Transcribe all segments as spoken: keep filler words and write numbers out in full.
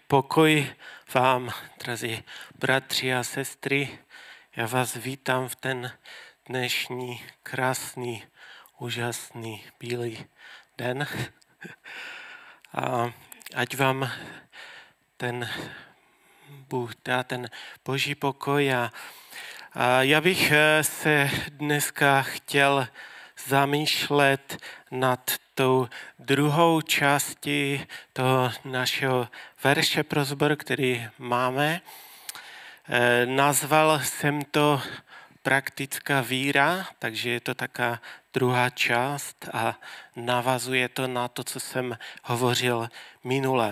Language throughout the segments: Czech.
Pokoj vám, drazí bratři a sestry, já vás vítám v ten dnešní krásný, úžasný, bílý den. A ať vám ten Bůh dá ten boží pokoj. A, a já bych se dneska chtěl zamýšlet nad tou druhou částí toho našeho verše pro sbor, který máme. E, nazval jsem to praktická víra, takže je to taká druhá část a navazuje to na to, co jsem hovořil minule.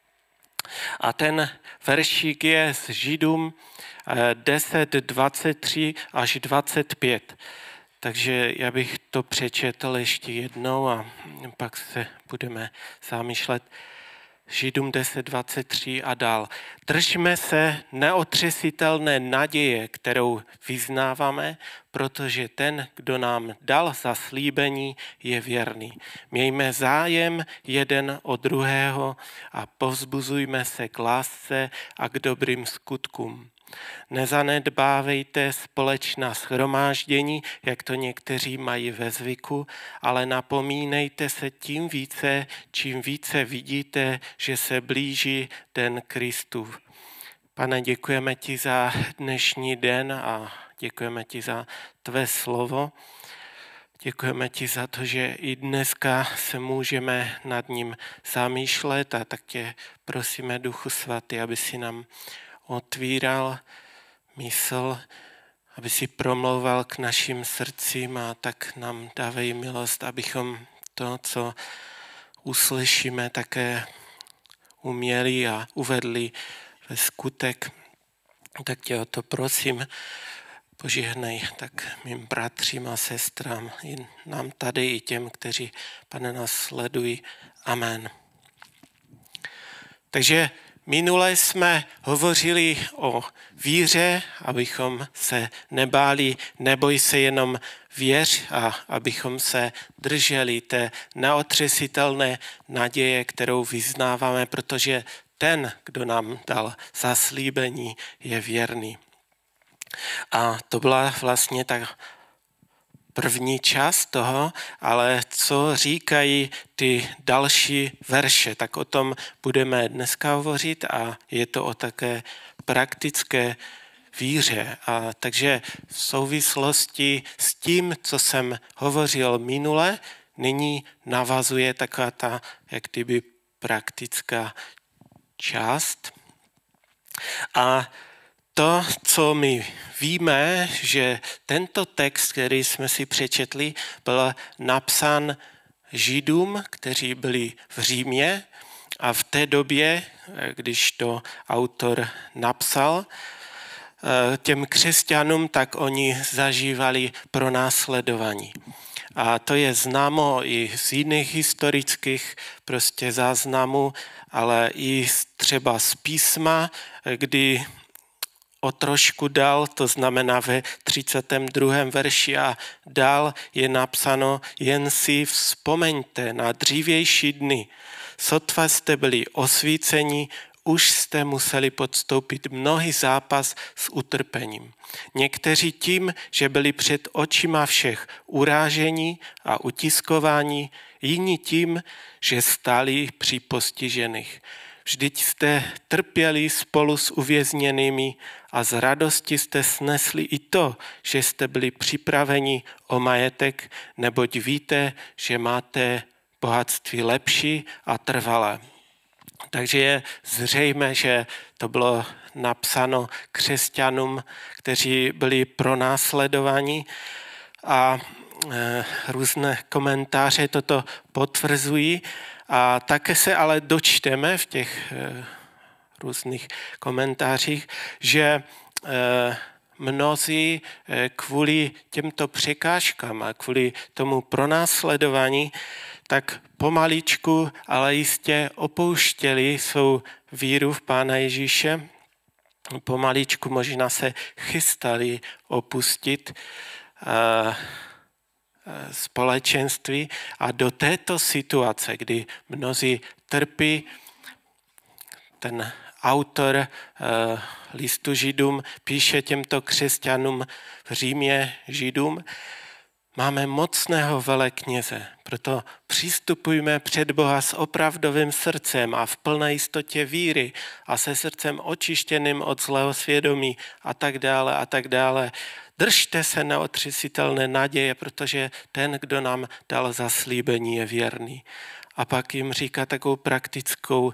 A ten veršík je z Židům deset, dvacet tři až dvacet pět. Takže já bych to přečetl ještě jednou a pak se budeme zamýšlet. Židům deset, dvacet tři a dál. Držme se neotřesitelné naděje, kterou vyznáváme, protože ten, kdo nám dal zaslíbení, je věrný. Mějme zájem jeden o druhého a povzbuzujme se k lásce a k dobrým skutkům. Nezanedbávejte společná shromáždění, jak to někteří mají ve zvyku, ale napomínejte se tím více, čím více vidíte, že se blíží den Kristův. Pane, děkujeme ti za dnešní den a děkujeme ti za tvé slovo. Děkujeme ti za to, že i dneska se můžeme nad ním zamýšlet a tak tě prosíme, Duchu Svatý, aby si nám otvíral mysl, aby si promlouval k našim srdcím a tak nám dávej milost, abychom to, co uslyšíme, také uměli a uvedli ve skutek. Tak tě o to prosím, požehnej tak mým bratřím a sestrám, i nám tady, i těm, kteří, Pane, nás sledují. Amen. Takže minule jsme hovořili o víře, abychom se nebáli, neboj se, jenom věř a abychom se drželi té neotřesitelné naděje, kterou vyznáváme, protože ten, kdo nám dal zaslíbení, je věrný. A to byla vlastně ta první část toho, ale co říkají ty další verše, tak o tom budeme dneska hovořit a je to o také praktické víře. A takže v souvislosti s tím, co jsem hovořil minule, nyní navazuje taková ta, jak kdyby praktická část. A to, co my víme, že tento text, který jsme si přečetli, byl napsán Židům, kteří byli v Římě a v té době, když to autor napsal těm křesťanům, tak oni zažívali pronásledování. A to je známo i z jiných historických prostě záznamů, ale i třeba z písma, kdy o trošku dál, to znamená ve třicátém druhém verši a dál je napsáno, jen si vzpomeňte na dřívější dny. Sotva jste byli osvíceni, už jste museli podstoupit mnohý zápas s utrpením. Někteří tím, že byli před očima všech urážení a utiskování, jiní tím, že stáli při postižených. Vždyť jste trpěli spolu s uvězněnými a z radosti jste snesli i to, že jste byli připraveni o majetek, neboť víte, že máte bohatství lepší a trvalé. Takže je zřejmé, že to bylo napsáno křesťanům, kteří byli pronásledovaní a e, různé komentáře toto potvrzují. A také se ale dočteme v těch e, různých komentářích, že e, mnozí e, kvůli těmto překážkám a kvůli tomu pronásledování tak pomaličku, ale jistě opouštěli svou víru v Pána Ježíše. Pomaličku možná se chystali opustit e, společenství a do této situace, kdy mnozí trpí, ten autor listu Židům píše těmto křesťanům v Římě, Židům, máme mocného velekněze, proto přistupujme před Boha s opravdovým srdcem a v plné jistotě víry a se srdcem očištěným od zlého svědomí a tak dále a tak dále. Držte se neotřesitelné naděje, protože ten, kdo nám dal zaslíbení, je věrný. A pak jim říká takovou praktickou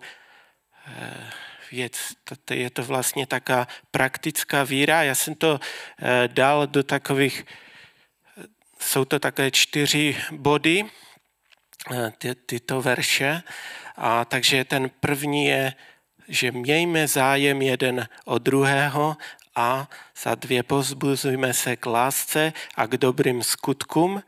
věc. Je to vlastně taká praktická víra. Já jsem to dal do takových, jsou to také čtyři body, ty, tyto verše. A takže ten první je, že mějme zájem jeden o druhého a za dvě povzbuzujme se k lásce a k dobrým skutkům.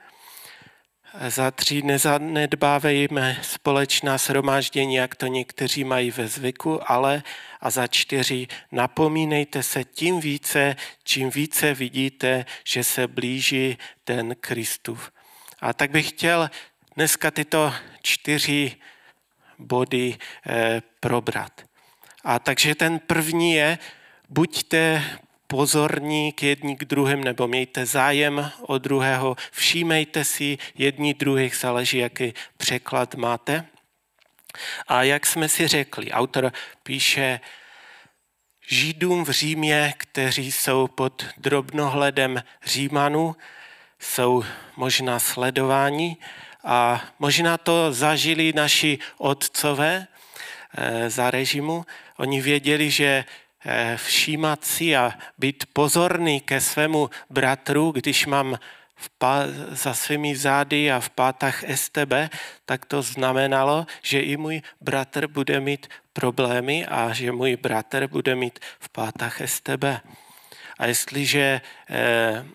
Za tři nezanedbávejme společná shromáždění, jak to někteří mají ve zvyku, ale a za čtyři napomínejte se tím více, čím více vidíte, že se blíží den Kristův. A tak bych chtěl dneska tyto čtyři body eh, probrat. A takže ten první je, buďte pozorní k jedni k druhým, nebo mějte zájem o druhého, všímejte si jedni druhých, záleží, jaký překlad máte. A jak jsme si řekli, autor píše Židům v Římě, kteří jsou pod drobnohledem Římanů, jsou možná sledováni a možná to zažili naši otcové za režimu. Oni věděli, že všímat si a být pozorný ke svému bratru, když mám v pá- za svými zády a v pátách S T B, tak to znamenalo, že i můj bratr bude mít problémy a že můj bratr bude mít v pátách S T B. A jestliže eh,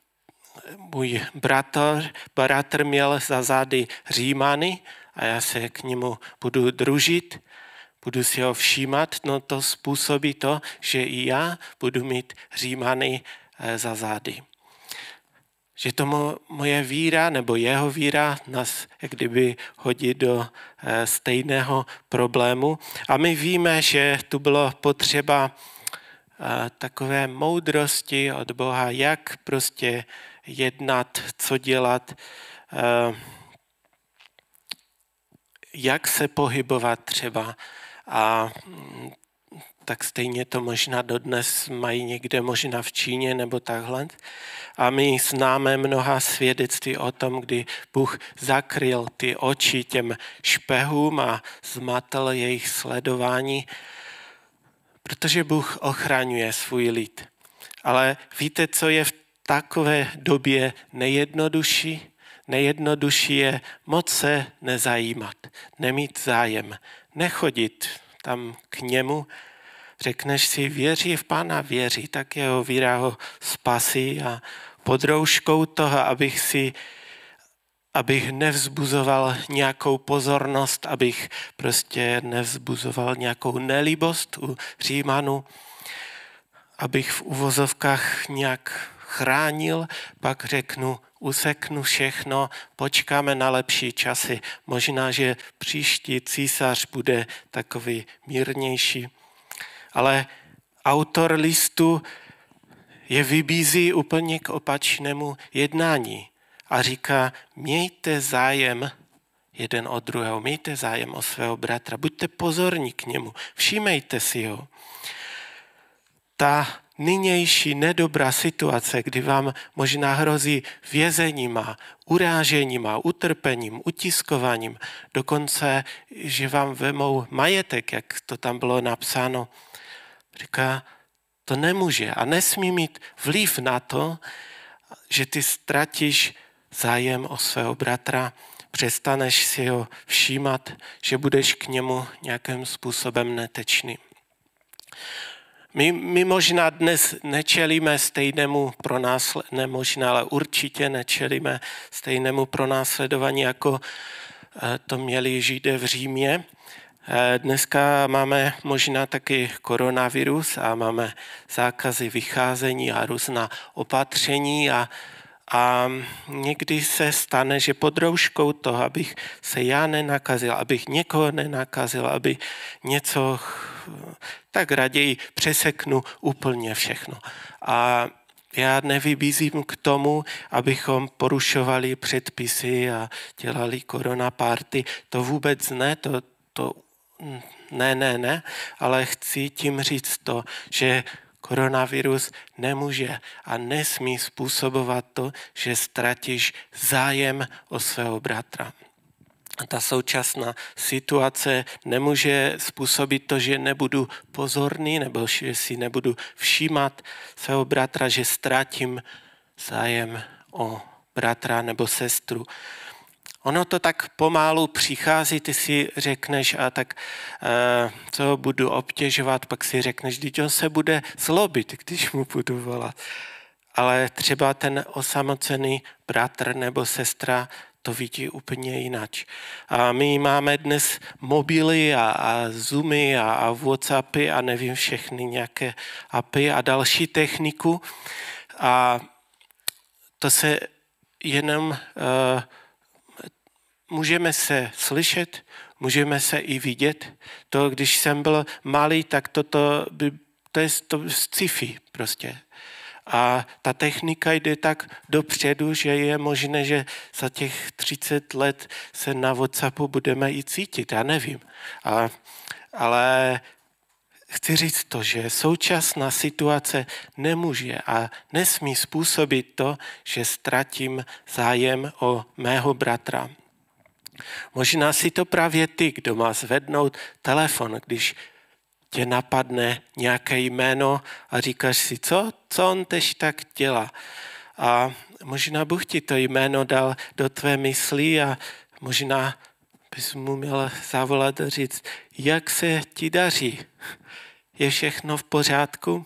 můj bratr, bratr měl za zády Římany a já se k němu budu družit, budu si ho všímat, no to způsobí to, že i já budu mít Římany za zády. Že to moje víra nebo jeho víra nás jak kdyby hodí do stejného problému. A my víme, že tu bylo potřeba takové moudrosti od Boha, jak prostě jednat, co dělat, jak se pohybovat třeba. A tak stejně to možná dodnes mají někde možná v Číně nebo takhle. A my známe mnoha svědectví o tom, kdy Bůh zakryl ty oči těm špehům a zmatel jejich sledování, protože Bůh ochraňuje svůj lid. Ale víte, co je v takové době nejjednodušší? Nejjednodušší je moc se nezajímat, nemít zájem, nechodit tam k němu. Řekneš si, věří v Pána, věří, tak jeho víra ho spasí a pod rouškou toho, abych si, abych nevzbuzoval nějakou pozornost, abych prostě nevzbuzoval nějakou nelíbost u Římanů, abych v uvozovkách nějak chránil, pak řeknu, useknu všechno, počkáme na lepší časy. Možná, že příští císař bude takový mírnější. Ale autor listu je vybízí úplně k opačnému jednání a říká, mějte zájem jeden od druhého, mějte zájem o svého bratra, buďte pozorní k němu, všímejte si ho. Ta nynější nedobrá situace, kdy vám možná hrozí vězením, urážením, utrpením, utiskováním, dokonce, že vám vemou majetek, jak to tam bylo napsáno. Říká, to nemůže a nesmí mít vliv na to, že ty ztratíš zájem o svého bratra, přestaneš si ho všímat, že budeš k němu nějakým způsobem netečný. My, my možná dnes nečelíme stejnému pronásledování, ne možná, ale určitě nečelíme stejnému pronásledování, jako to měli Židé v Římě. Dneska máme možná taky koronavirus a máme zákazy vycházení a různá opatření a, A někdy se stane, že pod rouškou toho, abych se já nenakazil, abych někoho nenakazil, aby něco, tak raději přeseknu úplně všechno. A já nevybízím k tomu, abychom porušovali předpisy a dělali korona party. To vůbec ne, to, to ne, ne, ne, ale chci tím říct to, že koronavirus nemůže a nesmí způsobovat to, že ztratíš zájem o svého bratra. Ta současná situace nemůže způsobit to, že nebudu pozorný nebo že si nebudu všímat svého bratra, že ztratím zájem o bratra nebo sestru. Ono to tak pomálu přichází, ty si řekneš, a tak e, co budu obtěžovat, pak si řekneš, když on se bude zlobit, když mu budu volat. Ale třeba ten osamocený bratr nebo sestra to vidí úplně jinak. A my máme dnes mobily a, a Zoomy a, a Whatsappy a nevím všechny nějaké appy a další techniku. A to se jenom... E, Můžeme se slyšet, můžeme se i vidět. To, když jsem byl malý, tak toto by, to je to sci-fi prostě. A ta technika jde tak dopředu, že je možné, že za těch třicet let se na WhatsAppu budeme i cítit, já nevím. A, ale chci říct to, že současná situace nemůže a nesmí způsobit to, že ztratím zájem o mého bratra. Možná si to právě ty, kdo má zvednout telefon, když tě napadne nějaké jméno a říkáš si, co, co on tež tak dělá. A možná Bůh ti to jméno dal do tvé mysli a možná bys mu měl zavolat a říct, jak se ti daří, je všechno v pořádku.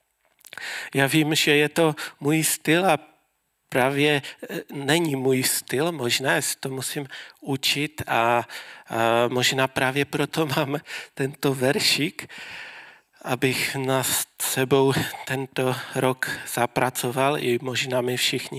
Já vím, že je to můj styl a právě není můj styl, možná si to musím učit a, a možná právě proto mám tento veršík, abych nad sebou tento rok zapracoval i možná my všichni.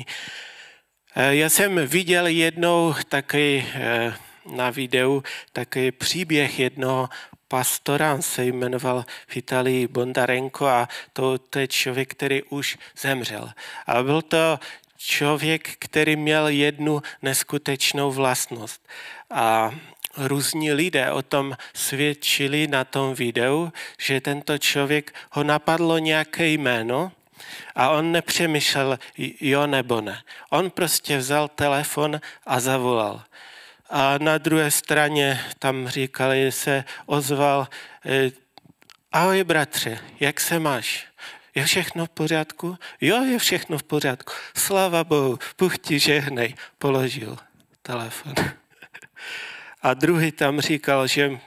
Já jsem viděl jednou taky na videu takový příběh jednoho pastora, on se jmenoval v Itálii Bondarenko a to, to je člověk, který už zemřel. A byl to člověk, který měl jednu neskutečnou vlastnost. A různí lidé o tom svědčili na tom videu, že tento člověk ho napadlo nějaké jméno a on nepřemýšlel jo nebo ne. On prostě vzal telefon a zavolal. A na druhé straně tam říkali, se ozval, ahoj bratře, jak se máš? Je všechno v pořádku? Jo, je všechno v pořádku. Sláva Bohu, Bůh ti žehnej. Položil telefon. A druhý tam říkal, že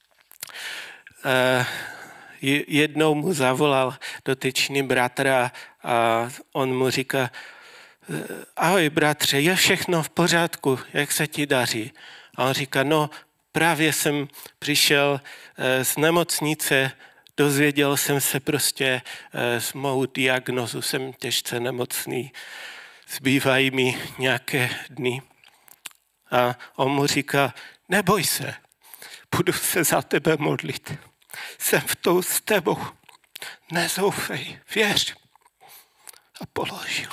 jednou mu zavolal dotyčný bratr a on mu říká, ahoj bratře, je všechno v pořádku, jak se ti daří? A on říká, no právě jsem přišel z nemocnice, dozvěděl jsem se prostě s mou diagnozu, jsem těžce nemocný, zbývají mi nějaké dny. A on mu říká, neboj se, budu se za tebe modlit. Jsem v tou s tebou, nezoufej, věř. A položil.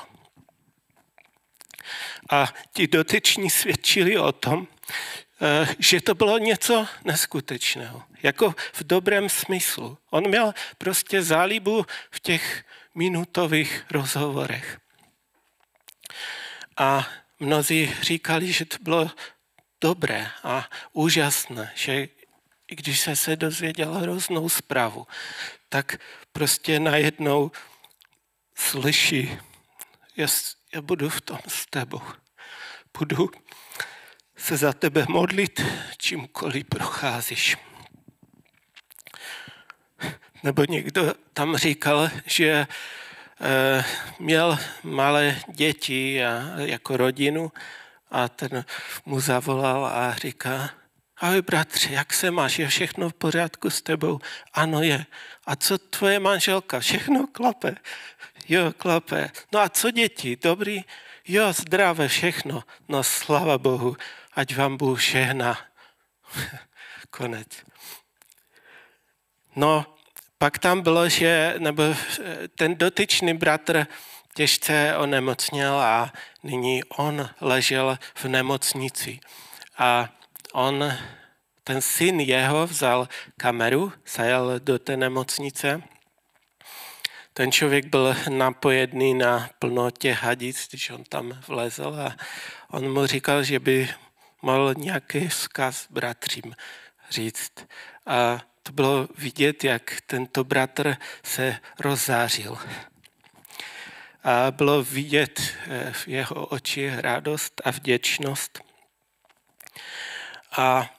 A ti dotyční svědčili o tom, že to bylo něco neskutečného, jako v dobrém smyslu. On měl prostě zálibu v těch minutových rozhovorech. A mnozí říkali, že to bylo dobré a úžasné, že i když se se dozvěděl hroznou zprávu, tak prostě najednou slyší, já, já budu v tom s tebou, budu se za tebe modlit, čímkoliv procházíš. Nebo někdo tam říkal, že e, měl malé děti a, jako rodinu a ten mu zavolal a říká, ahoj bratře, jak se máš, je všechno v pořádku s tebou? Ano je. A co tvoje manželka? Všechno klape. Jo, klape. No a co děti? Dobrý? jo, zdravé všechno, no sláva Bohu, ať vám Bůh žehná. Konec. No, pak tam bylo, že nebo ten dotyčný bratr těžce onemocněl a nyní on ležel v nemocnici. A on, ten syn jeho vzal kameru, zajel do té nemocnice. Ten člověk byl napojený na plno těch hadic, když on tam vlezl a on mu říkal, že by mohl nějaký vzkaz bratřím říct. A to bylo vidět, jak tento bratr se rozzářil. A bylo vidět v jeho oči radost a vděčnost. A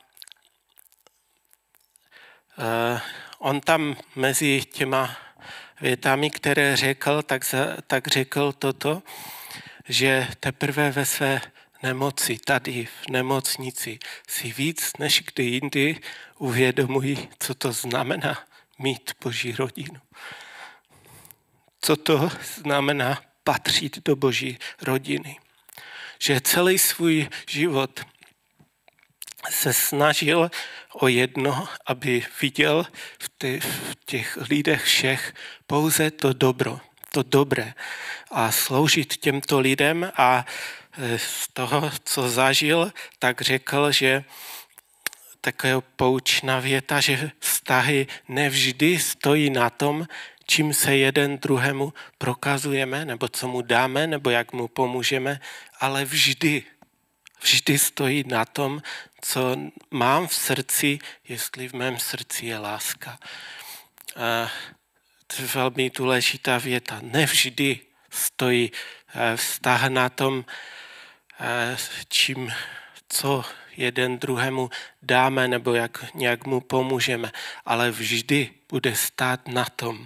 on tam mezi těma větami, které řekl, tak, za, tak řekl toto, že teprve ve své nemoci, tady v nemocnici, si víc než kdy jindy uvědomují, co to znamená mít Boží rodinu. Co to znamená patřit do Boží rodiny. Že celý svůj život se snažil o jedno, aby viděl v těch lidech všech pouze to dobro, to dobré a sloužit těmto lidem a z toho, co zažil, tak řekl, že taková poučná věta, že vztahy nevždy stojí na tom, čím se jeden druhému prokazujeme, nebo co mu dáme, nebo jak mu pomůžeme, ale vždy, vždy stojí na tom, co mám v srdci, jestli v mém srdci je láska. A to je velmi důležitá věta. Nevždy stojí vztah na tom, čím, co jeden druhému dáme, nebo jak nějak mu pomůžeme, ale vždy bude stát na tom,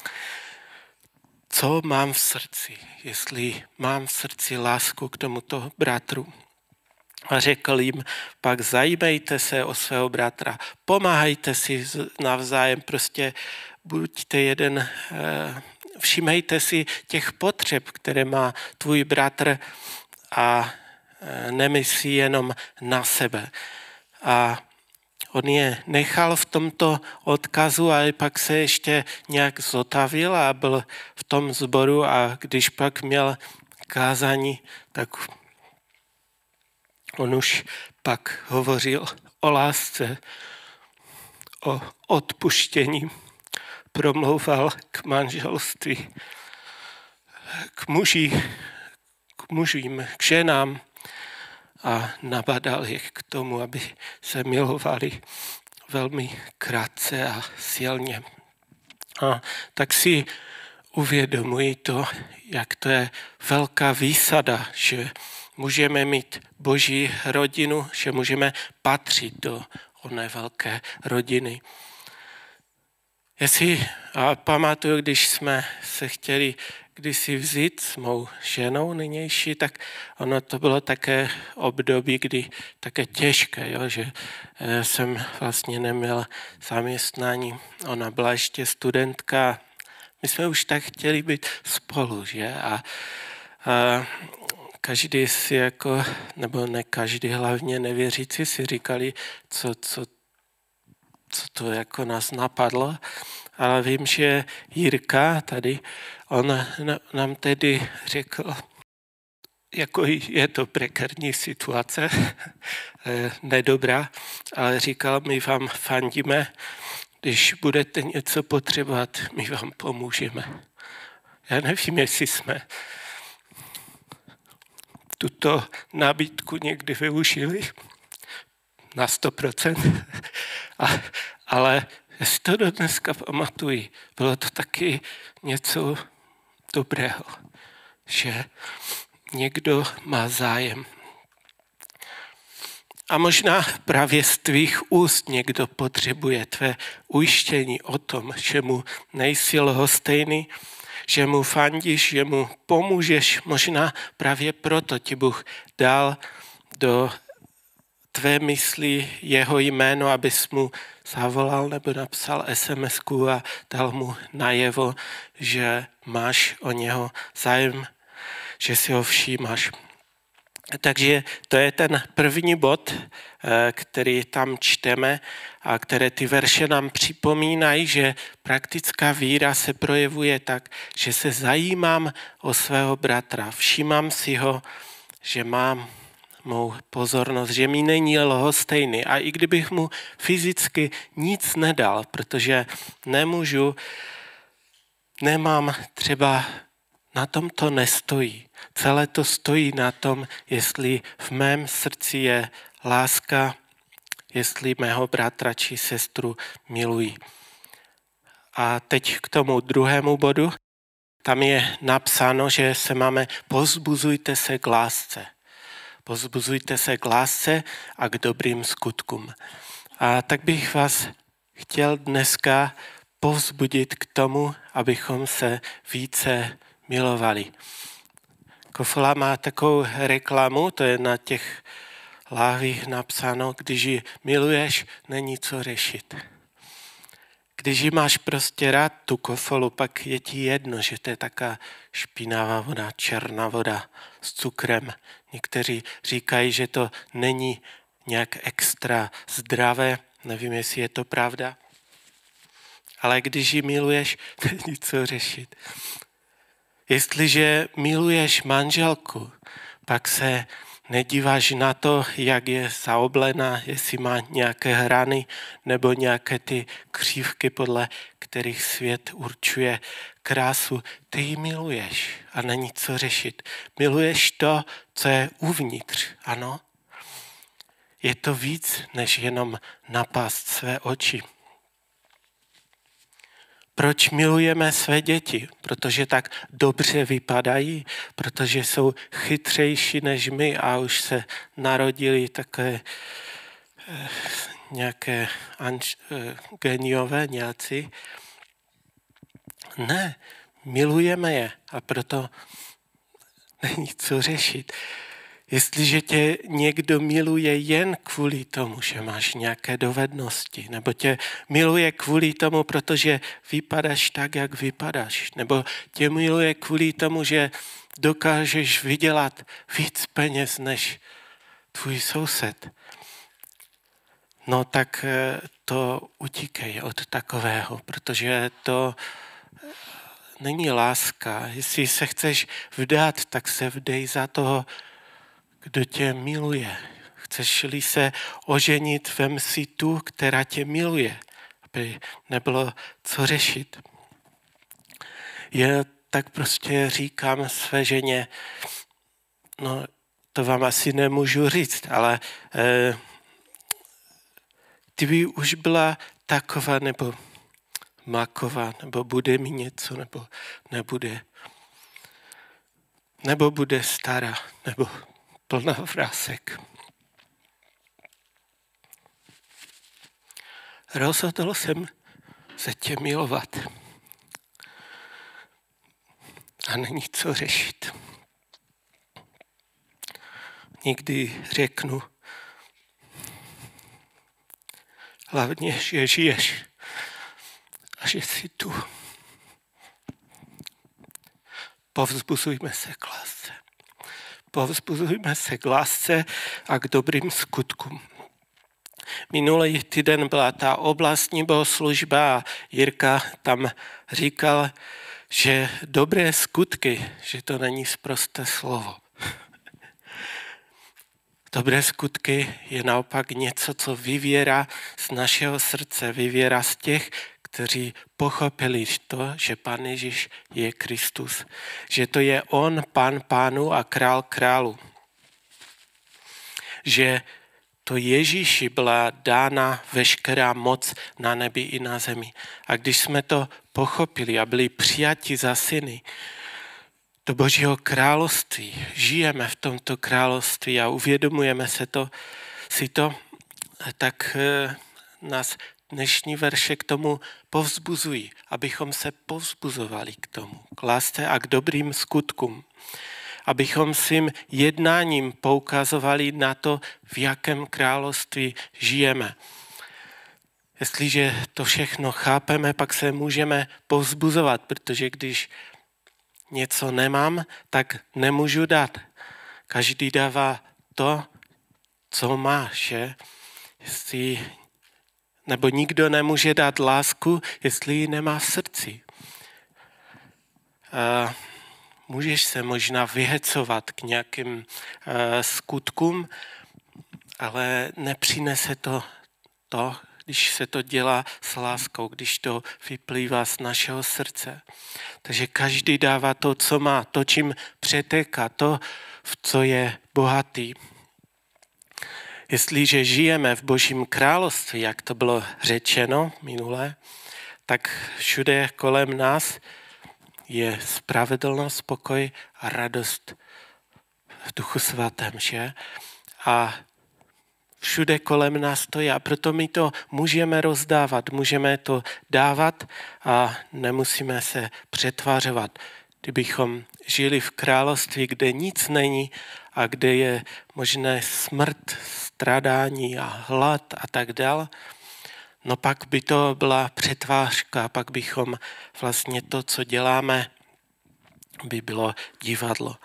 co mám v srdci, jestli mám v srdci lásku k tomuto bratru. A řekl jim, pak zajímejte se o svého bratra, pomáhajte si navzájem, prostě buďte jeden, všimejte si těch potřeb, které má tvůj bratr a nemyslí jenom na sebe. A on je nechal v tomto odkazu, ale pak se ještě nějak zotavil a byl v tom sboru a když pak měl kázání, tak on už pak hovořil o lásce, o odpuštění, promlouval k manželství, k muži, k mužím, k ženám a nabadal je k tomu, aby se milovali velmi krátce a silně. A tak si uvědomuji to, jak to je velká výsada, že můžeme mít Boží rodinu, že můžeme patřit do oné velké rodiny. Já si a pamatuju, když jsme se chtěli kdysi vzít s mou ženou nynější, tak ono to bylo také období, kdy také těžké, jo, že jsem vlastně neměl zaměstnání. Ona byla ještě studentka. My jsme už tak chtěli být spolu, že? A, a každý si jako, nebo ne každý, hlavně nevěřící si říkali, co, co, co to jako nás napadlo. Ale vím, že Jirka tady, on nám tedy řekl, jako je to prekérní situace, nedobrá, ale říkal, my vám fandíme, když budete něco potřebovat, my vám pomůžeme. Já nevím, jestli jsme tuto nabídku někdy využili na sto procent, ale já si to do dneska pamatuji. Bylo to taky něco dobrého, že někdo má zájem. A možná právě z tvých úst někdo potřebuje tvé ujištění o tom, že mu nejsi lhostejný, že mu fandíš, že mu pomůžeš. Možná právě proto ti Bůh dal do tvé mysli jeho jméno, abys mu zavolal nebo napsal es em esku a dal mu najevo, že máš o něho zájem. že si ho všímáš. Takže to je ten první bod, který tam čteme a které ty verše nám připomínají, že praktická víra se projevuje tak, že se zajímám o svého bratra, všímám si ho, že mám mou pozornost, že mi není lhostejný. A i kdybych mu fyzicky nic nedal, protože nemůžu, nemám třeba, na tom to nestojí. Celé to stojí na tom, jestli v mém srdci je láska, jestli mého bratra či sestru milují. A teď k tomu druhému bodu. Tam je napsáno, že se máme povzbuzujte se k lásce. Povzbuzujte se k lásce a k dobrým skutkům. A tak bych vás chtěl dneska povzbudit k tomu, abychom se více milovali. Kofola má takovou reklamu, to je na těch láhvích napsáno, když ji miluješ, není co řešit. Když ji máš prostě rád, tu kofolu, pak je ti jedno, že to je taká špinavá voda, černá voda s cukrem. Někteří říkají, že to není nějak extra zdravé, nevím, jestli je to pravda. Ale když ji miluješ, není co řešit. Jestliže miluješ manželku, pak se nedíváš na to, jak je zaoblená, jestli má nějaké hrany nebo nějaké ty křívky, podle kterých svět určuje krásu. Ty ji miluješ a není co řešit. Miluješ to, co je uvnitř, ano? Je to víc, než jenom napást své oči. Proč milujeme své děti? Protože tak dobře vypadají, protože jsou chytřejší než my a už se narodili také eh, nějaké anč, eh, geniové nějací. Ne, milujeme je a proto není co řešit. Jestliže tě někdo miluje jen kvůli tomu, že máš nějaké dovednosti, nebo tě miluje kvůli tomu, protože vypadáš tak, jak vypadáš, nebo tě miluje kvůli tomu, že dokážeš vydělat víc peněz než tvůj soused, no tak to utíkej od takového, protože to není láska. Jestli se chceš vdát, tak se vdej za toho, kdo tě miluje. Chceš-li se oženit, vem si tu, která tě miluje, aby nebylo co řešit. Já tak prostě říkám své ženě, no to vám asi nemůžu říct, ale eh, ty by už byla taková nebo maková, nebo bude mi něco, nebo nebude. Nebo bude stará, nebo plná vrásek. Rozhodl jsem se tě milovat. A není co řešit. Někdy řeknu, hlavně, že žiješ a že jsi tu. Povzbuzujme se k lásce. Povzbuzujme se k lásce a k dobrým skutkům. Minulý týden byla ta oblastní bohoslužba a Jirka tam říkal, že dobré skutky, že to není sprosté slovo. Dobré skutky je naopak něco, co vyvěrá z našeho srdce, vyvěrá z těch, kteří pochopili to, že Pán Ježíš je Kristus, že to je on, Pán pánu a král králu. Že to Ježíši byla dána veškerá moc na nebi i na zemi. A když jsme to pochopili a byli přijati za syny do Božího království, žijeme v tomto království a uvědomujeme se to, si to, tak nás dnešní verše k tomu povzbuzují, abychom se povzbuzovali k tomu, k lásce a k dobrým skutkům. Abychom svým jednáním poukazovali na to, v jakém království žijeme. Jestliže to všechno chápeme, pak se můžeme povzbuzovat, protože když něco nemám, tak nemůžu dát. Každý dává to, co má, že? Jestli, nebo nikdo nemůže dát lásku, jestli ji nemá v srdci. A můžeš se možná vyhecovat k nějakým uh, skutkům, ale nepřinese to to, když se to dělá s láskou, když to vyplývá z našeho srdce. Takže každý dává to, co má, to, čím přetéká, to, v co je bohatý. Jestliže žijeme v Božím království, jak to bylo řečeno minule, tak všude kolem nás je spravedlnost, pokoj a radost v Duchu Svatém, že? A všude kolem nás to je a proto my to můžeme rozdávat, můžeme to dávat a nemusíme se přetvářovat. Kdybychom žili v království, kde nic není a kde je možné smrt, strádání a hlad a tak dál, no pak by to byla přetvářka, pak bychom vlastně to, co děláme, by bylo divadlo.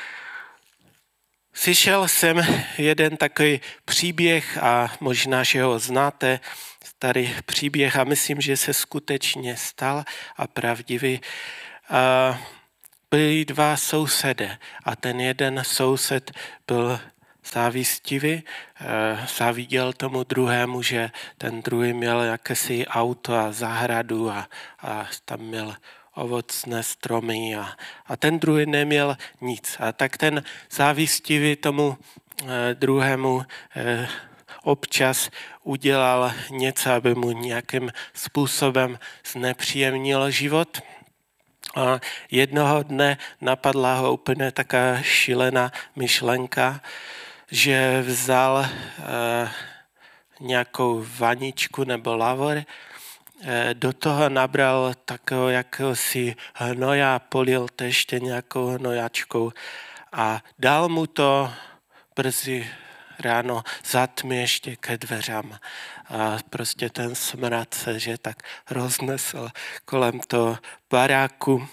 Slyšel jsem jeden takový příběh a možná, že ho znáte, starý příběh a myslím, že se skutečně stal a pravdivý. A byli dva sousedé a ten jeden soused byl závistivý, záviděl tomu druhému, že ten druhý měl jakési auto a zahradu a, a tam měl ovocné stromy a, a ten druhý neměl nic. A tak ten závistivý tomu eh, druhému eh, občas udělal něco, aby mu nějakým způsobem znepříjemnil život. A jednoho dne napadla ho úplně taká šílená myšlenka, že vzal eh, nějakou vaničku nebo lavor, do toho nabral takového jakéhosi hnoja, polil to ještě nějakou hnojačkou a dal mu to brzy ráno zatmě ještě ke dveřám. A prostě ten smrad se, že tak roznesl kolem toho baráku.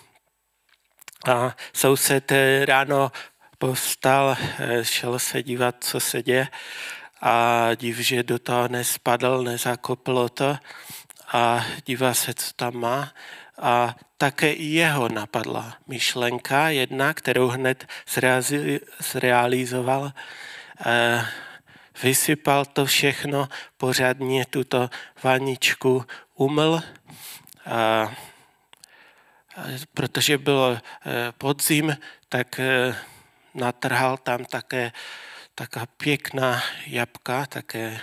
A soused ráno povstal, šel se dívat, co se děje a div, že do toho nespadl, nezakoplo to. A dívá se, co tam má. A také i jeho napadla myšlenka, jedna, kterou hned zrealizoval. E, vysypal to všechno, pořádně tuto vaničku umyl, a, protože bylo podzim, tak natrhal tam také taká pěkná jabka, také,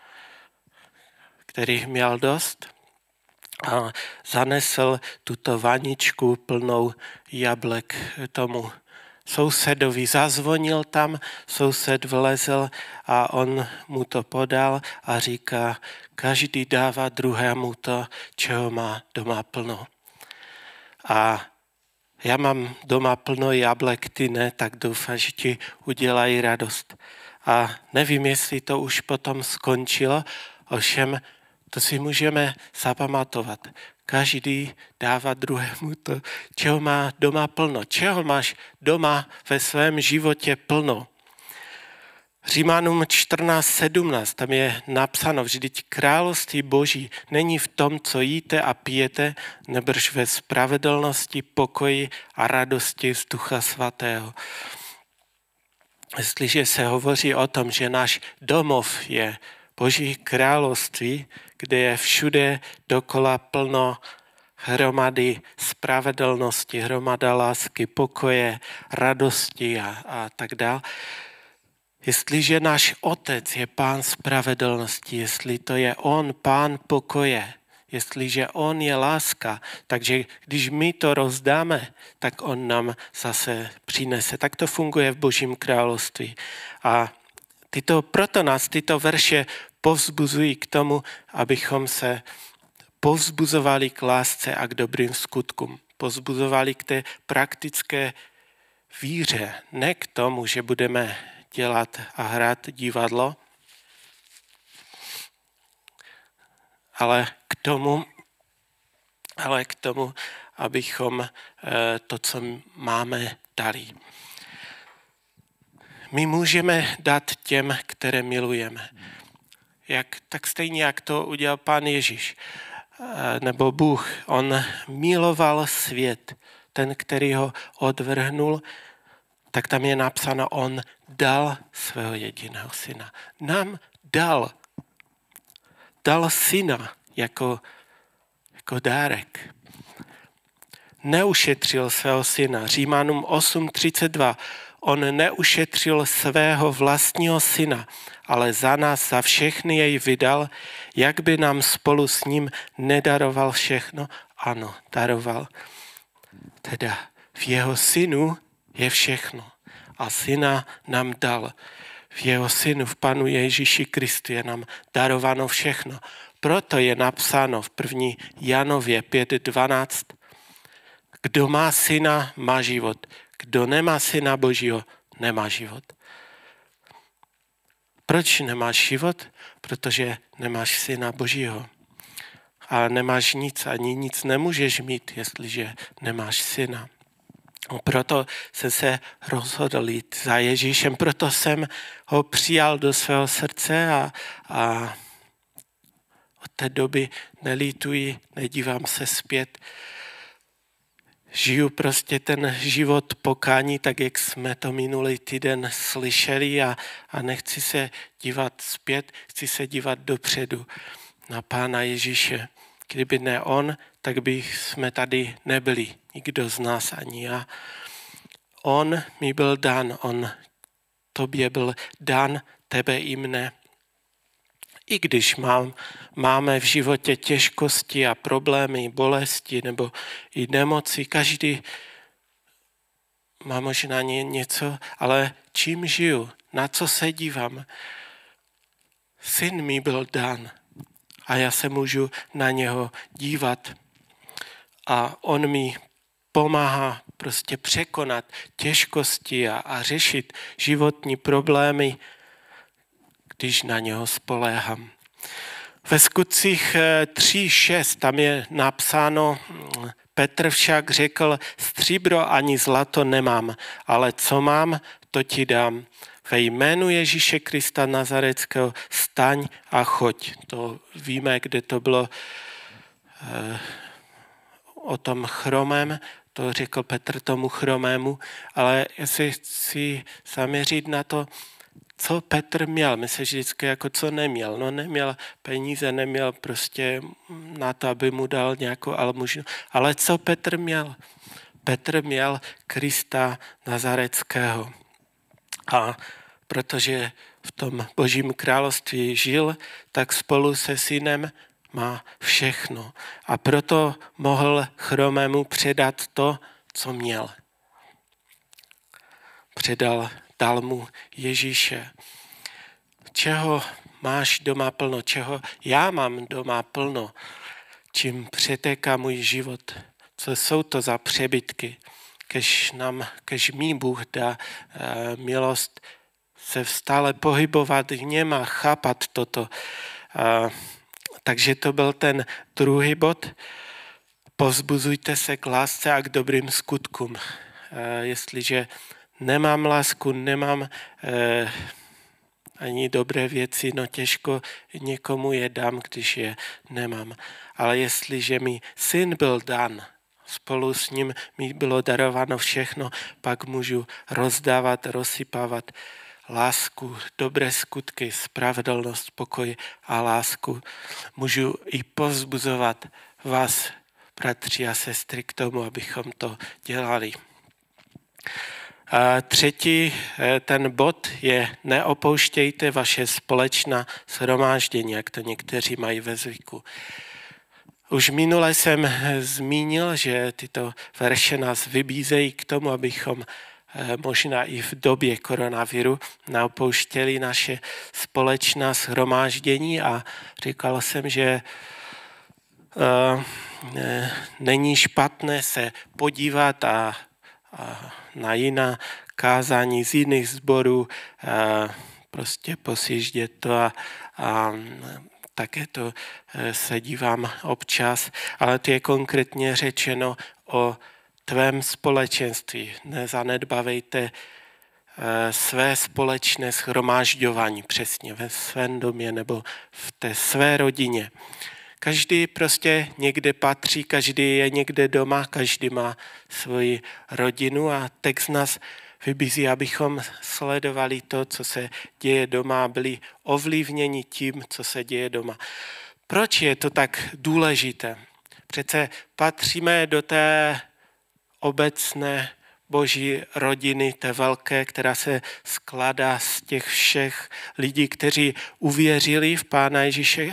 kterých měl dost. A zanesl tuto vaničku plnou jablek tomu sousedovi. Zazvonil tam, soused vlezl a on mu to podal a říká, každý dává druhému to, čeho má doma plno. A já mám doma plno jablek, ty ne, tak doufám, že ti udělají radost. A nevím, jestli to už potom skončilo, ovšem to si můžeme zapamatovat. Každý dává druhému to, čeho má doma plno. Čeho máš doma ve svém životě plno. Římanům čtrnáct sedmnáct, tam je napsáno, vždyť království Boží není v tom, co jíte a pijete, nebrž ve spravedlnosti, pokoji a radosti z Ducha Svatého. Jestliže se hovoří o tom, že náš domov je Boží království, kde je všude dokola plno hromady spravedlnosti, hromada lásky, pokoje, radosti a, a tak dále. Jestliže náš Otec je Pán spravedlnosti, jestli to je On, Pán pokoje, jestliže On je láska, takže když my to rozdáme, tak On nám zase přinese. Tak to funguje v Božím království. A tyto, proto nás tyto verše povzbuzují k tomu, abychom se povzbuzovali k lásce a k dobrým skutkům. Povzbuzovali k té praktické víře, ne k tomu, že budeme dělat a hrát divadlo, ale k tomu, ale k tomu, abychom to, co máme, dali. My můžeme dát těm, které milujeme. Jak, tak stejně, jak to udělal Pán Ježíš nebo Bůh. On miloval svět. Ten, který ho odvrhnul, tak tam je napsáno, on dal svého jediného syna. Nám dal. Dal syna jako, jako dárek. Neušetřil svého syna. Římanům osm třicet dva. On neušetřil svého vlastního syna, ale za nás, za všechny jej vydal, jak by nám spolu s ním nedaroval všechno. Ano, daroval. Teda v jeho synu je všechno. A syna nám dal. V jeho synu, v Panu Ježíši Kristu je nám darováno všechno. Proto je napsáno v první Janově pět dvanáct. Kdo má syna, má život. Kdo nemá syna Božího, nemá život. Proč nemáš život? Protože nemáš syna Božího. A nemáš nic, ani nic nemůžeš mít, jestliže nemáš syna. Proto jsem se rozhodl jít za Ježíšem, proto jsem ho přijal do svého srdce a, a od té doby nelituji, nedívám se zpět. Žiju prostě ten život pokání, tak jak jsme to minulý týden slyšeli a, a nechci se dívat zpět, chci se dívat dopředu na Pána Ježíše. Kdyby ne on, tak by jsme tady nebyli, nikdo z nás ani já. On mi byl dán, on tobě byl dán, tebe i mne. I když mám, máme v životě těžkosti a problémy, bolesti nebo i nemoci, každý má možná něco, ale čím žiju, na co se dívám? Syn mi byl dán a já se můžu na něho dívat. A on mi pomáhá prostě překonat těžkosti a, a řešit životní problémy, když na něho spoléhám. Ve Skutcích tři šest tam je napsáno, Petr však řekl, stříbro ani zlato nemám, ale co mám, to ti dám. Ve jménu Ježíše Krista Nazareckého staň a choď. To víme, kde to bylo eh, o tom chromém, to řekl Petr tomu chromému, ale jestli chci zaměřit na to, co Petr měl, myslím vždycky jako co neměl. No neměl peníze, neměl prostě na to, aby mu dal nějakou almužnu. Ale co Petr měl? Petr měl Krista Nazareckého. A protože v tom Božím království žil, tak spolu se synem má všechno. A proto mohl chromému předat to, co měl. Předal, dal mu Ježíše. Čeho máš doma plno? Čeho já mám doma plno? Čím přetéká můj život? Co jsou to za přebytky? Kež nám, kež mý Bůh dá e, milost se stále pohybovat v něm a chápat toto. E, takže to byl ten druhý bod. Povzbuzujte se k lásce a k dobrým skutkům. E, jestliže nemám lásku, nemám e, ani dobré věci, no těžko někomu je dám, když je nemám. Ale jestliže mi syn byl dán, spolu s ním mi bylo darováno všechno, pak můžu rozdávat, rozsypávat lásku, dobré skutky, spravedlnost, pokoj a lásku. Můžu i povzbuzovat vás, bratři a sestry, k tomu, abychom to dělali. A třetí ten bod je neopouštějte vaše společná shromáždění, jak to někteří mají ve zvyku. Už minule jsem zmínil, že tyto verše nás vybízejí k tomu, abychom možná i v době koronaviru neopouštěli naše společná shromáždění a říkal jsem, že uh, ne, není špatné se podívat a, a na jiná kázání z jiných sborů, a prostě posjíždět to a, a také to se dívám občas, ale to je konkrétně řečeno o tvém společenství. Nezanedbávejte své společné shromážďování přesně ve svém domě nebo v té své rodině. Každý prostě někde patří, každý je někde doma, každý má svoji rodinu a text nás vybízí, abychom sledovali to, co se děje doma a byli ovlivněni tím, co se děje doma. Proč je to tak důležité? Přece patříme do té obecné boží rodiny, té velké, která se skládá z těch všech lidí, kteří uvěřili v Pána Ježíše.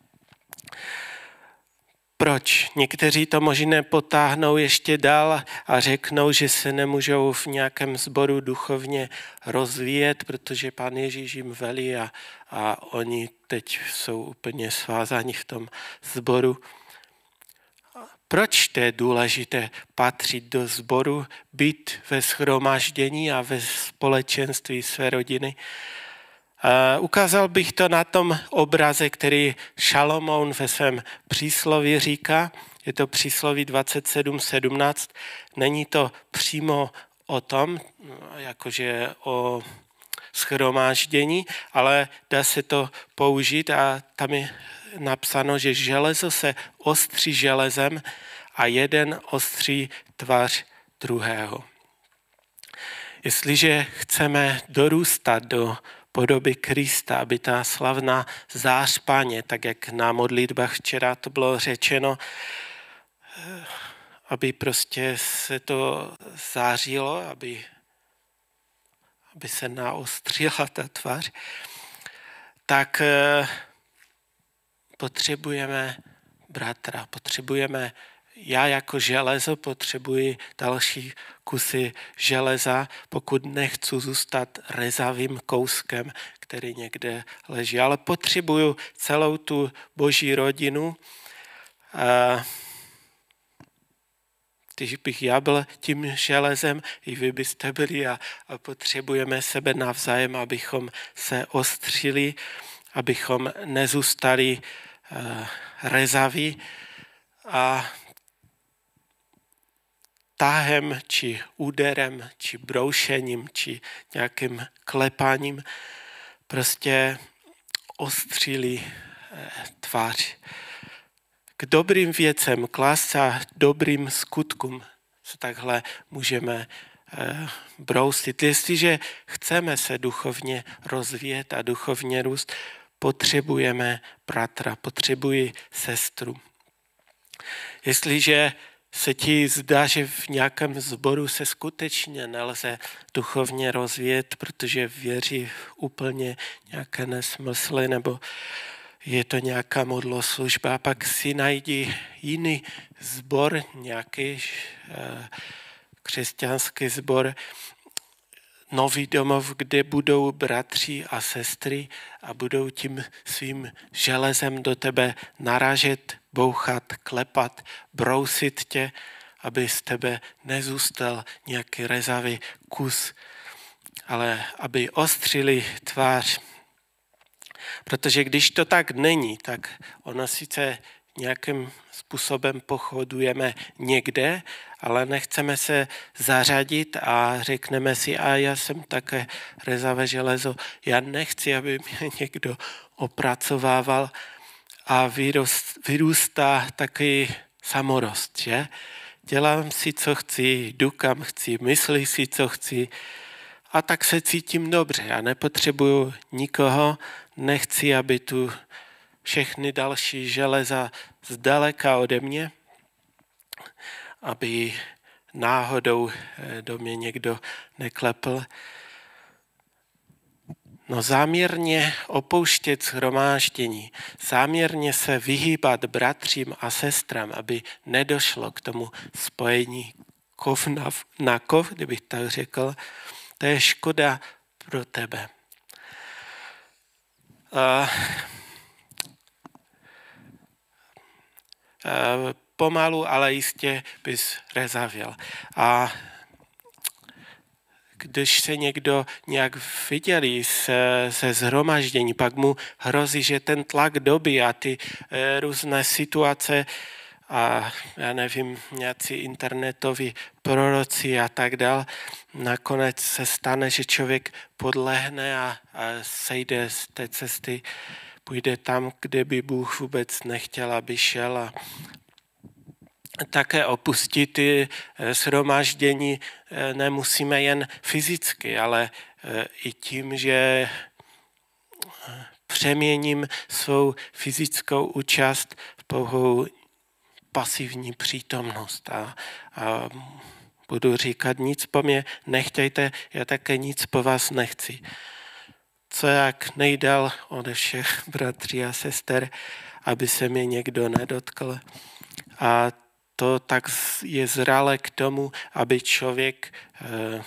Proč? Někteří to možná potáhnou ještě dál a řeknou, že se nemůžou v nějakém sboru duchovně rozvíjet, protože Pán Ježíš jim velí a, a oni teď jsou úplně svázáni v tom sboru. Proč to je důležité patřit do sboru, být ve shromáždění a ve společenství své rodiny? Uh, ukázal bych to na tom obraze, který Šalomoun ve svém přísloví říká. Je to přísloví dvacet sedm sedmnáct. Není to přímo o tom, jakože o shromáždění, ale dá se to použít a tam je napsáno, že železo se ostří železem a jeden ostří tvář druhého. Jestliže chceme dorůstat do podoby Krista, aby ta slavná zář Páně, tak jak na modlitbách včera to bylo řečeno, aby prostě se to zářilo, aby, aby se naostřila ta tvář, tak potřebujeme bratra, potřebujeme, já jako železo potřebuji další kusy železa, pokud nechci zůstat rezavým kouskem, který někde leží. Ale potřebuju celou tu boží rodinu. A když bych já byl tím železem, i vy byste byli a, a potřebujeme sebe navzájem, abychom se ostřili, abychom nezůstali uh, rezaví a tahem, či úderem, či broušením, či nějakým klepáním prostě ostřili tvář. K dobrým věcem, k lásce a dobrým skutkům se takhle můžeme brousit. Jestliže chceme se duchovně rozvíjet a duchovně růst, potřebujeme bratra, potřebuji sestru. Jestliže se ti zdá, že v nějakém sboru se skutečně nelze duchovně rozvíjet, protože věří úplně nějaké nesmysly, nebo je to nějaká modloslužba, pak si najdi jiný sbor, nějaký křesťanský sbor, nový domov, kde budou bratři a sestry a budou tím svým železem do tebe naražet, bouchat, klepat, brousit tě, aby z tebe nezůstal nějaký rezavý kus, ale aby ostřili tvář. Protože když to tak není, tak ono sice nějakým způsobem pochodujeme někde, ale nechceme se zařadit a řekneme si, a já jsem také rezavé železo, já nechci, aby mě někdo opracovával a vyrost, vyrůstá takový samorost, že? Dělám si, co chci, jdu kam chci, myslím si, co chci a tak se cítím dobře. Já nepotřebuju nikoho, nechci, aby tu všechny další železa zdaleka ode mě, aby náhodou do mě někdo neklepl. No záměrně opouštět shromáždění, záměrně se vyhýbat bratřím a sestrám, aby nedošlo k tomu spojení kov na, na kov, kdybych tak řekl, to je škoda pro tebe. Uh, uh, pomalu, ale jistě bys rezavěl. A když se někdo nějak vydělí se, se zhromaždění, pak mu hrozí, že ten tlak doby a ty e, různé situace a já nevím, nějací internetoví proroci a tak dál. Nakonec se stane, že člověk podlehne a, a sejde z té cesty, půjde tam, kde by Bůh vůbec nechtěl, aby šel, a také opustit ty shromáždění nemusíme jen fyzicky, ale i tím, že přeměním svou fyzickou účast v pouhou pasivní přítomnost a, a budu říkat, nic po mně nechtějte, já také nic po vás nechci. Co jak nejdál ode všech bratří a sester, aby se mě někdo nedotkl. A to tak je zralé k tomu, aby člověk, eh,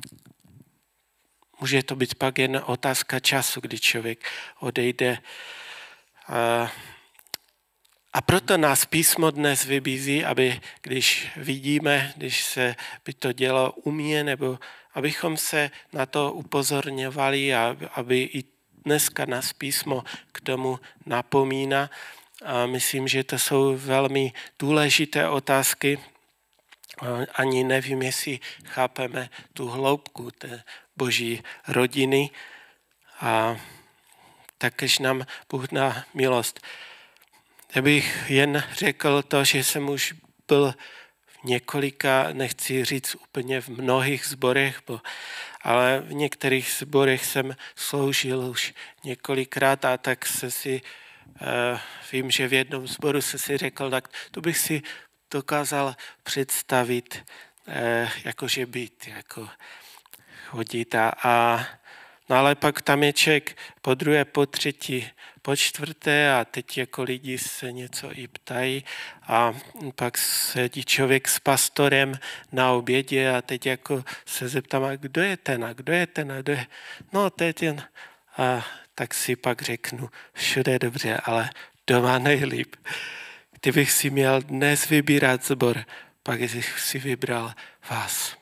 může to být pak jen otázka času, kdy člověk odejde. Eh, a proto nás písmo dnes vybízí, aby když vidíme, když se by to dělo u mě, nebo abychom se na to upozorňovali a aby i dneska nás písmo k tomu napomíná. A myslím, že to jsou velmi důležité otázky. Ani nevím, jestli chápeme tu hloubku té boží rodiny a takéž nám Bůh dá milost. Já bych jen řekl to, že jsem už byl v několika, nechci říct úplně v mnohých sborech, ale v některých sborech jsem sloužil už několikrát a tak se si Uh, vím, že v jednom sboru se si řekl, tak to bych si dokázal představit, uh, jakože být, jako chodit. A, a, no ale pak tam je člověk po druhé, po třetí, po čtvrté a teď jako lidi se něco i ptají a pak sedí člověk s pastorem na obědě a teď jako se zeptám, a kdo je ten a kdo je ten a kdo je, no to je ten. A tak si pak řeknu, všude dobře, ale doma nejlíp. Kdybych si měl dnes vybírat sbor, pak bych si vybral vás.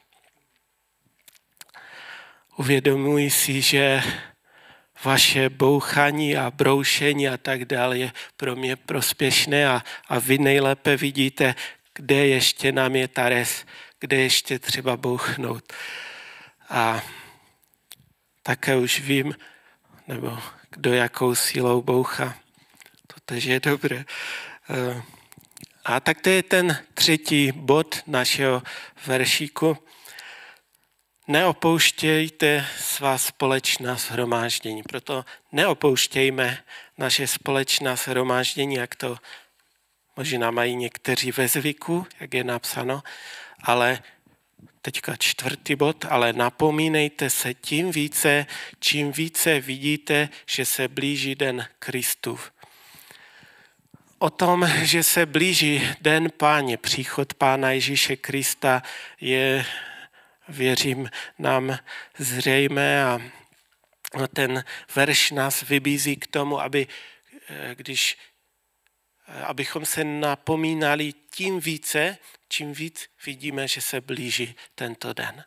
Uvědomuji si, že vaše bouchání a broušení a tak dále je pro mě prospěšné a, a vy nejlépe vidíte, kde ještě nám je ta res, kde ještě třeba bouchnout. A také už vím, nebo kdo jakou sílou bouchá. To tež je dobré. A tak to je ten třetí bod našeho veršíku. Neopouštějte svá společná shromáždění. Proto neopouštějme naše společná shromáždění, jak to možná mají někteří ve zvyku, jak je napsáno, ale teďka čtvrtý bod, ale napomínejte se tím více, čím více vidíte, že se blíží den Kristův. O tom, že se blíží den Páně, příchod Pána Ježíše Krista je, věřím, nám zřejmé a ten verš nás vybízí k tomu, aby, když, abychom se napomínali tím více, čím víc vidíme, že se blíží tento den.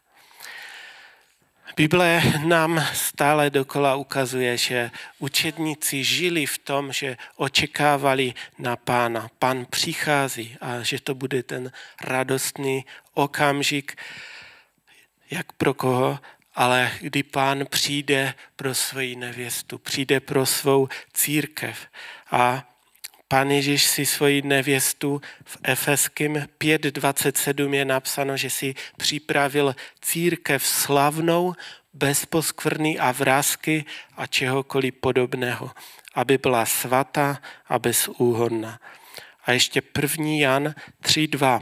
Bible nám stále dokola ukazuje, že učedníci žili v tom, že očekávali na Pána. Pán přichází a že to bude ten radostný okamžik, jak pro koho, ale kdy Pán přijde pro svoji nevěstu, přijde pro svou církev. A Pán Ježíš si svoji nevěstu v Efeským pět dvacet sedm je napsáno, že si připravil církev slavnou, bez poskvrny a vrásky a čehokoliv podobného, aby byla svatá a bezúhonná. A ještě první Jan tři dva.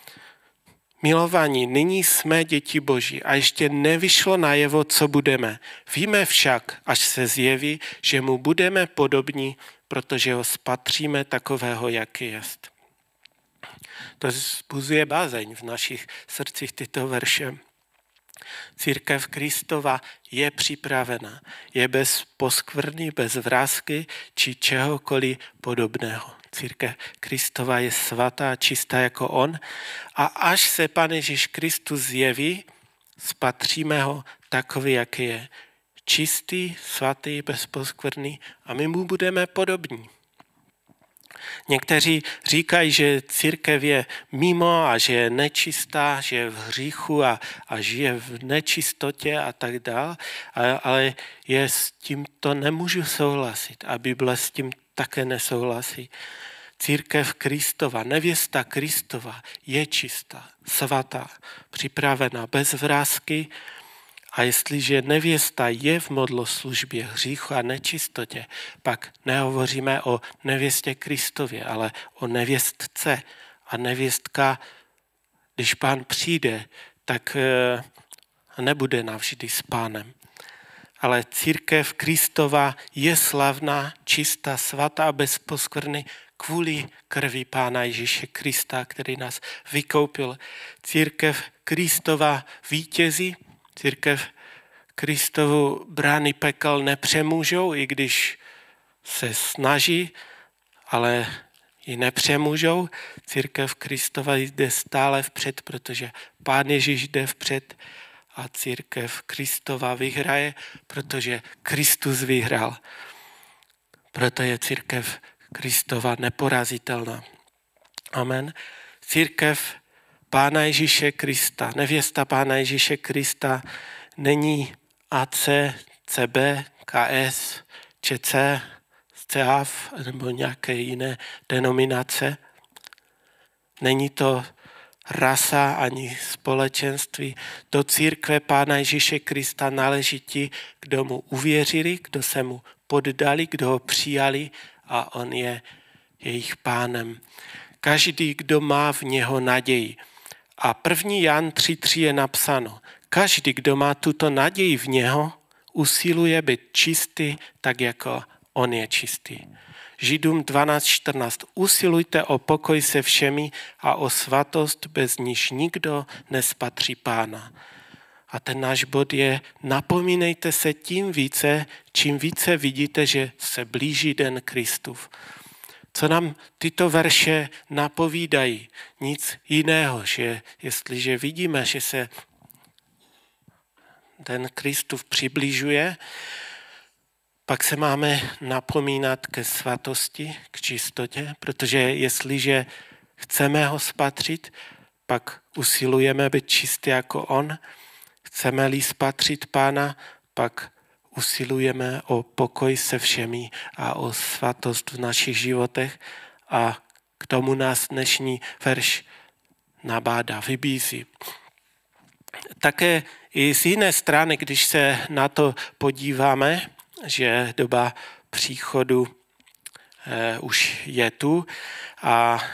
Milovaní, nyní jsme děti Boží a ještě nevyšlo najevo, co budeme. Víme však, až se zjeví, že mu budeme podobní, protože ho spatříme takového, jaký jest. To vzbuzuje bázeň v našich srdcích tyto verše. Církev Kristova je připravena, je bez poskvrny, bez vrásky či čehokoliv podobného. Církev Kristova je svatá, čistá jako on a až se Pán Ježíš Kristus zjeví, spatříme ho takový, jaký je. Čistý, svatý, bez poskvrny a my mu budeme podobní. Někteří říkají, že církev je mimo a že je nečistá, že je v hříchu a, a žije v nečistotě a tak dále, ale je s tím to nemůžu souhlasit a Bible s tím také nesouhlasí. Církev Kristova, nevěsta Kristova je čistá, svatá, připravená bez vrásky. A jestliže nevěsta je v modloslužbě, hříchu a nečistotě, pak nehovoříme o nevěstě Kristově, ale o nevěstce. A nevěstka, když Pán přijde, tak nebude navždy s Pánem. Ale církev Kristova je slavná, čistá, svatá, bez poskvrny kvůli krvi Pána Ježíše Krista, který nás vykoupil. Církev Kristova vítězí, církev Kristovu brány pekel nepřemůžou, i když se snaží, ale ji nepřemůžou. Církev Kristova jde stále vpřed, protože Pán Ježíš jde vpřed a církev Kristova vyhraje, protože Kristus vyhrál. Proto je církev Kristova neporazitelná. Amen. Církev Pána Ježíše Krista, nevěsta Pána Ježíše Krista není A C, C B, K S, Č C, C A F nebo nějaké jiné denominace. Není to rasa ani společenství. Do církve Pána Ježíše Krista náleží ti, kdo mu uvěřili, kdo se mu poddali, kdo ho přijali a on je jejich pánem. Každý, kdo má v něho naději. A první Jan tři tři je napsáno, každý, kdo má tuto naději v něho, usiluje být čistý, tak jako on je čistý. Židům dvanáct čtrnáct. Usilujte o pokoj se všemi a o svatost, bez níž nikdo nespatří Pána. A ten náš bod je, napomínejte se tím více, čím více vidíte, že se blíží den Kristův. Co nám tyto verše napovídají? Nic jiného, že jestliže vidíme, že se den Kristův přibližuje, pak se máme napomínat ke svatosti, k čistotě, protože jestliže chceme ho spatřit, pak usilujeme být čistý jako on. Chceme-li spatřit Pána, pak usilujeme o pokoj se všemi a o svatost v našich životech a k tomu nás dnešní verš nabádá, vybízí. Také i z jiné strany, když se na to podíváme, že doba příchodu eh, už je tu a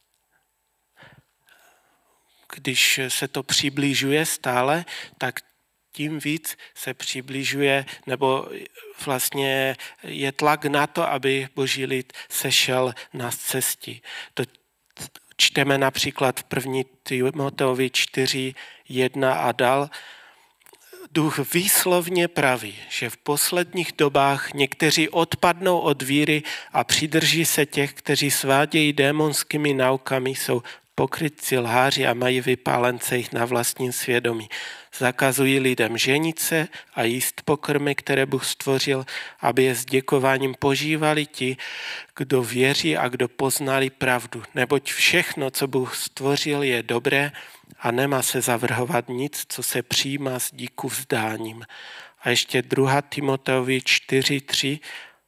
když se to přibližuje stále, tak tím víc se přibližuje, nebo vlastně je tlak na to, aby Boží lid sešel na cestě. To čteme například v první Timoteovi čtyři jedna a dál. Duch výslovně praví, že v posledních dobách někteří odpadnou od víry a přidrží se těch, kteří svádějí démonskými naukami, jsou pokrytci, lháři a mají vypálence jich na vlastním svědomí. Zakazují lidem ženit se a jíst pokrmy, které Bůh stvořil, aby je s děkováním požívali ti, kdo věří a kdo poznali pravdu. Neboť všechno, co Bůh stvořil, je dobré a nemá se zavrhovat nic, co se přijímá s díku vzdáním. A ještě druhá Timoteovi čtyři tři,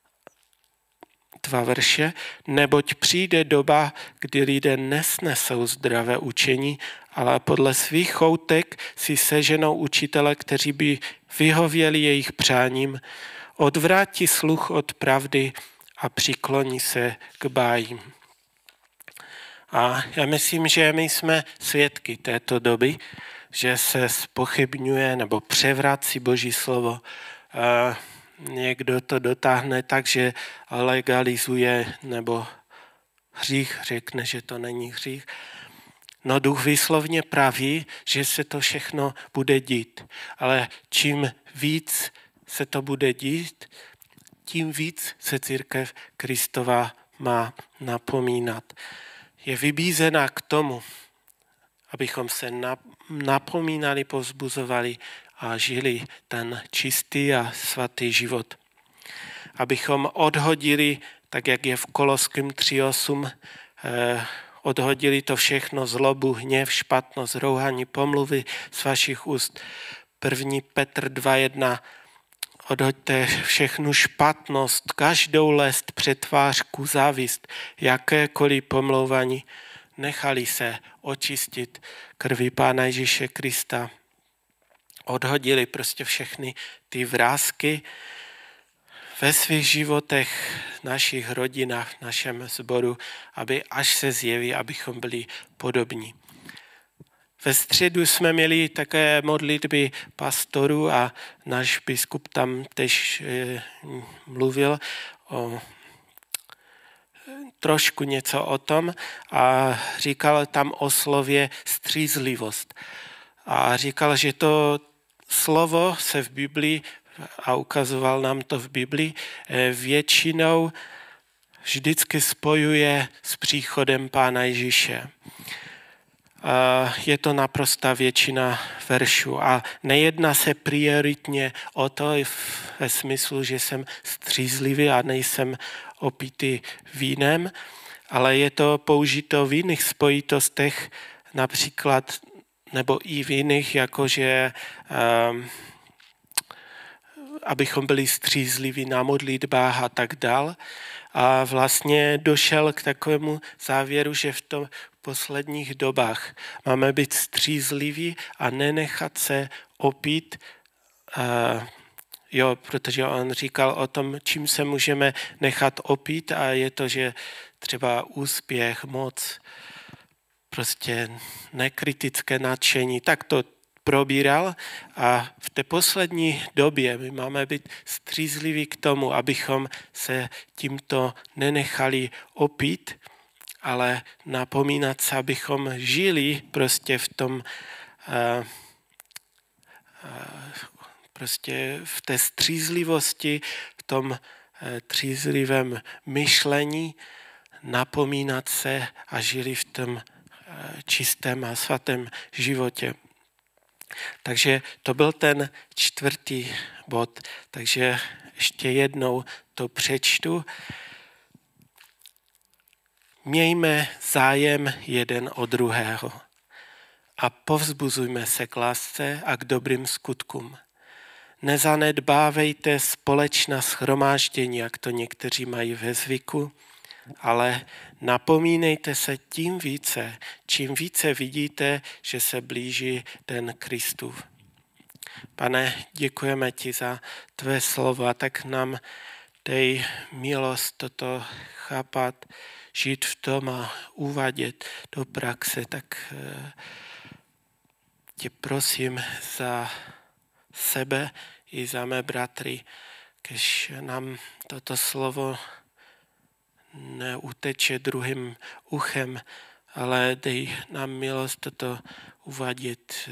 dva verše, neboť přijde doba, kdy lidé nesnesou zdravé učení, ale podle svých choutek si seženou učitele, kteří by vyhověli jejich přáním, odvrátí sluch od pravdy a přikloní se k bájím. A já myslím, že my jsme svědky této doby, že se zpochybňuje nebo převrací Boží slovo. Někdo to dotáhne tak, že legalizuje nebo hřích, řekne, že to není hřích. No Duch výslovně praví, že se to všechno bude dít. Ale čím víc se to bude dít, tím víc se církev Kristova má napomínat. Je vybízena k tomu, abychom se napomínali, povzbuzovali a žili ten čistý a svatý život. Abychom odhodili tak jak je v Koloským tři osm, eh, odhodili to všechno, zlobu, hněv, špatnost, rouhání, pomluvy z vašich úst. První Petr dva jedna, odhoďte všechnu špatnost, každou lest, přetvářku, závist, jakékoliv pomlouvání. Nechali se očistit krví Pána Ježíše Krista. Odhodili prostě všechny ty vrásky ve svých životech, našich rodinách, našem sboru, aby až se zjeví, abychom byli podobní. Ve středu jsme měli také modlitby pastorů a náš biskup tam tež e, mluvil o trošku něco o tom a říkal tam o slově střízlivost. A říkal, že to slovo se v Biblii, a ukazoval nám to v Biblii, většinou vždycky spojuje s příchodem Pána Ježíše. Je to naprostá většina veršů a nejedná se prioritně o to ve smyslu, že jsem střízlivý a nejsem opitý vínem, ale je to použito v jiných spojitostech, například nebo i v jiných, jakože um, abychom byli střízliví na modlitbách a tak dál. A vlastně došel k takovému závěru, že v tom posledních dobách máme být střízliví a nenechat se opít, uh, jo, protože on říkal o tom, čím se můžeme nechat opít a je to, že třeba úspěch, moc, prostě nekritické nadšení, tak to probíral a v té poslední době my máme být střízliví k tomu, abychom se tímto nenechali opít, ale napomínat se, abychom žili prostě v tom uh, uh, prostě v té střízlivosti, v tom uh, střízlivém myšlení, napomínat se a žili v tom uh, čistém a svatém životě. Takže to byl ten čtvrtý bod. Takže ještě jednou to přečtu. Mějme zájem jeden o druhého a povzbuzujme se k lásce a k dobrým skutkům. Nezanedbávejte společná shromáždění, jak to někteří mají ve zvyku, ale napomínejte se tím více, čím více vidíte, že se blíží den Kristův. Pane, děkujeme ti za tvé slova, tak nám dej milost toto chápat, žít v tom a uvádět do praxe, tak tě prosím za sebe i za mé bratry, kež nám toto slovo neuteče druhým uchem, ale dej nám milost toto uvádět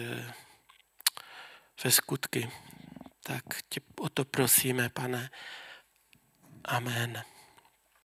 ve skutky. Tak tě o to prosíme, Pane. Amen.